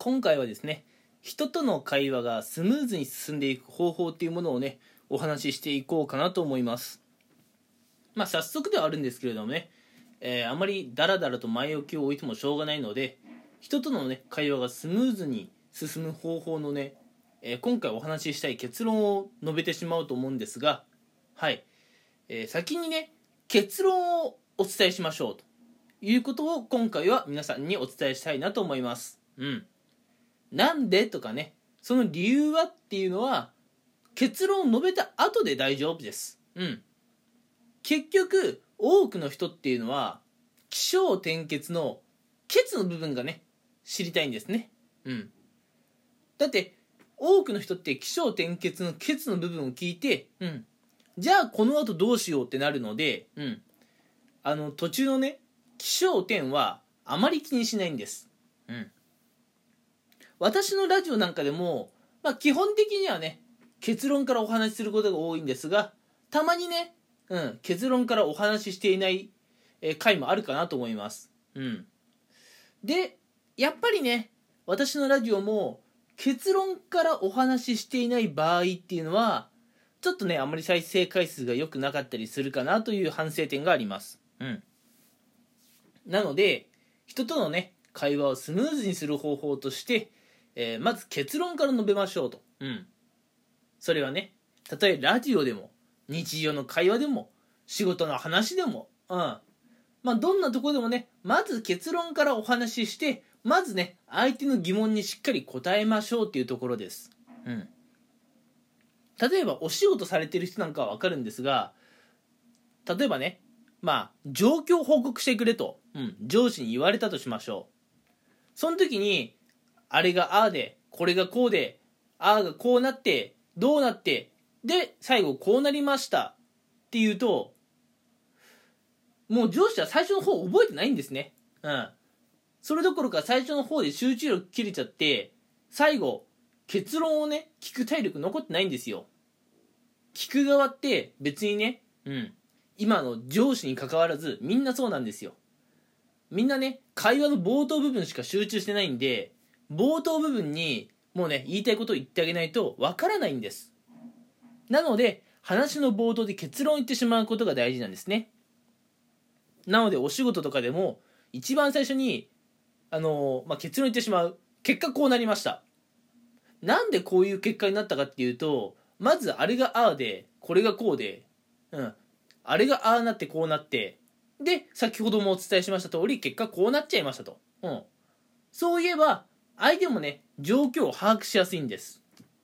今回はですね、人との会話がスムーズに進んでいく方法っていうものをね、お話ししていこうかなと思います。早速ではあるんですけれどもね、あまりダラダラと前置きを置いてもしょうがないので、人とのね、会話がスムーズに進む方法のね、今回お話ししたい結論を述べてしまうと思うんですが、はい、先にね、結論をお伝えしましょうということを今回は皆さんにお伝えしたいなと思います。なんでとかね、その理由はっていうのは結論を述べた後で大丈夫です。結局多くの人っていうのは起承転結のケツの部分がね知りたいんですね。だって多くの人って起承転結のケツの部分を聞いて、じゃあこの後どうしようってなるので、途中のね起承転はあまり気にしないんです。私のラジオなんかでも、基本的にはね結論からお話しすることが多いんですが、たまにね、結論からお話ししていない回もあるかなと思います。でやっぱりね、私のラジオも結論からお話ししていない場合っていうのはちょっとねあまり再生回数が良くなかったりするかなという反省点があります。なので人とのね会話をスムーズにする方法として、まず結論から述べましょうと。それはね、たとえラジオでも日常の会話でも仕事の話でも、どんなところでもね、まず結論からお話しして、まずね相手の疑問にしっかり答えましょうっていうところです。例えばお仕事されてる人なんかは分かるんですが、例えばね、状況を報告してくれと、上司に言われたとしましょう。その時にあれがああでこれがこうで、ああがこうなってどうなってで最後こうなりましたっていうと、もう上司は最初の方覚えてないんですね。それどころか最初の方で集中力切れちゃって、最後結論をね聞く体力残ってないんですよ。聞く側って別にね、今の上司に関わらずみんなそうなんですよ。みんなね会話の冒頭部分しか集中してないんで、冒頭部分にもうね言いたいことを言ってあげないとわからないんです。なので話の冒頭で結論を言ってしまうことが大事なんですね。なのでお仕事とかでも一番最初に結論言ってしまう。結果こうなりました。なんでこういう結果になったかっていうと、まずあれがああでこれがこうで、あれがああなってこうなって、で先ほどもお伝えしました通り結果こうなっちゃいましたと。そういえば相手もね状況を把握しやすいんです。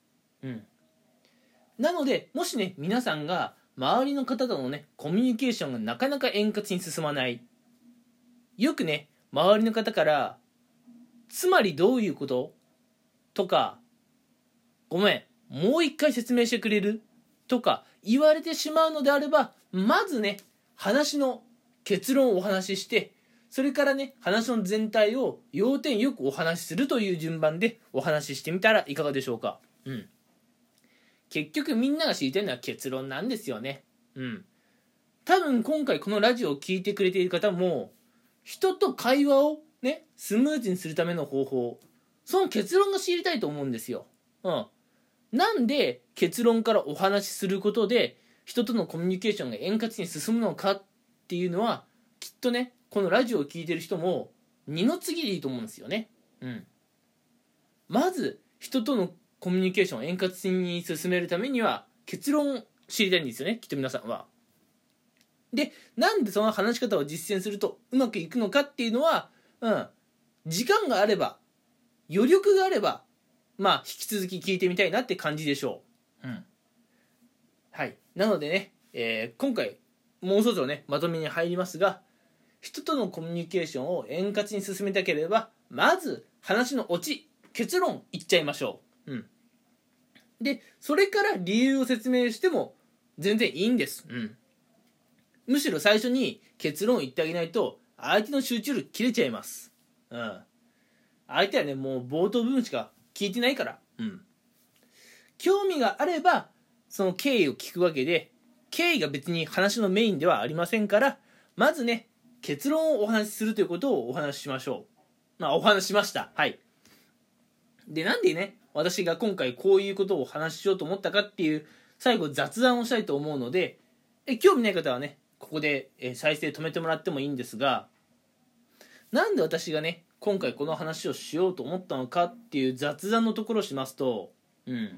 なのでもしね皆さんが周りの方とのねコミュニケーションがなかなか円滑に進まない、よくね周りの方からつまりどういうこととか、ごめんもう一回説明してくれるとか言われてしまうのであれば、まずね話の結論をお話しして、それからね話の全体を要点よくお話しするという順番でお話ししてみたらいかがでしょうか。結局みんなが知りたいのは結論なんですよね。多分今回このラジオを聞いてくれている方も、人と会話をねスムーズにするための方法、その結論が知りたいと思うんですよ。なんで結論からお話しすることで人とのコミュニケーションが円滑に進むのかっていうのは、きっとねこのラジオを聞いてる人も二の次でいいと思うんですよね。まず人とのコミュニケーションを円滑に進めるためには結論を知りたいんですよね、きっと皆さんは。でなんでその話し方を実践するとうまくいくのかっていうのは、時間があれば余力があれば引き続き聞いてみたいなって感じでしょう。なのでね、今回もうそろそろねまとめに入りますが、人とのコミュニケーションを円滑に進めたければ、まず話のオチ結論言っちゃいましょう。でそれから理由を説明しても全然いいんです。むしろ最初に結論を言ってあげないと相手の集中力切れちゃいます。相手はねもう冒頭部分しか聞いてないから。興味があればその経緯を聞くわけで、経緯が別に話のメインではありませんから、まずね結論をお話しするということをお話ししましょう。お話ししました。 で、なんでね、私が今回こういうことをお話ししようと思ったかっていう、最後雑談をしたいと思うので、興味ない方はね、ここで再生止めてもらってもいいんですが、なんで私がね、今回この話をしようと思ったのかっていう雑談のところをしますと、ネ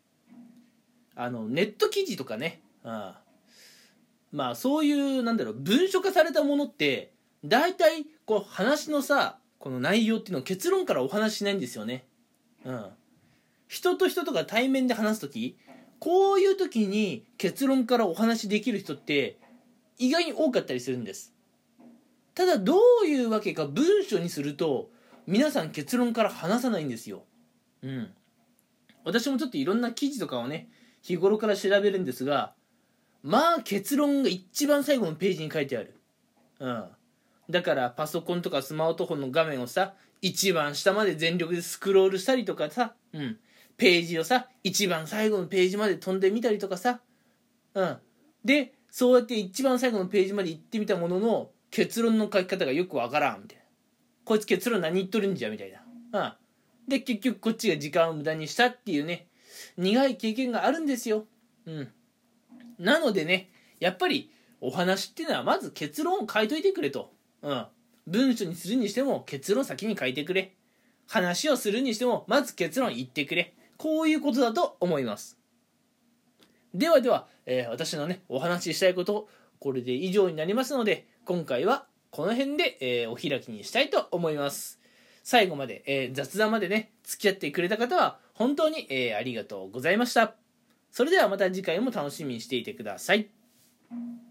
ット記事とかね、まあそういう文書化されたものって大体こう話のさ、この内容っていうのを結論からお話ししないんですよね。人と人とか対面で話すとき、こういう時に結論からお話しできる人って意外に多かったりするんです。ただどういうわけか文章にすると皆さん結論から話さないんですよ。私もちょっといろんな記事とかをね、日頃から調べるんですが、まあ結論が一番最後のページに書いてある。だからパソコンとかスマートフォンの画面をさ、一番下まで全力でスクロールしたりとかさ、ページをさ、一番最後のページまで飛んでみたりとかさ、でそうやって一番最後のページまで行ってみたものの、結論の書き方がよくわからんみたいな、こいつ結論何言っとるんじゃみたいな、で結局こっちが時間を無駄にしたっていうね、苦い経験があるんですよ。なのでね、やっぱりお話っていうのはまず結論を書いといてくれと。文章にするにしても結論先に書いてくれ。話をするにしてもまず結論言ってくれ。こういうことだと思います。では、私のね、お話ししたいこと、これで以上になりますので、今回はこの辺で、お開きにしたいと思います。最後まで、雑談までね、付き合ってくれた方は本当に、ありがとうございました。それではまた次回も楽しみにしていてください。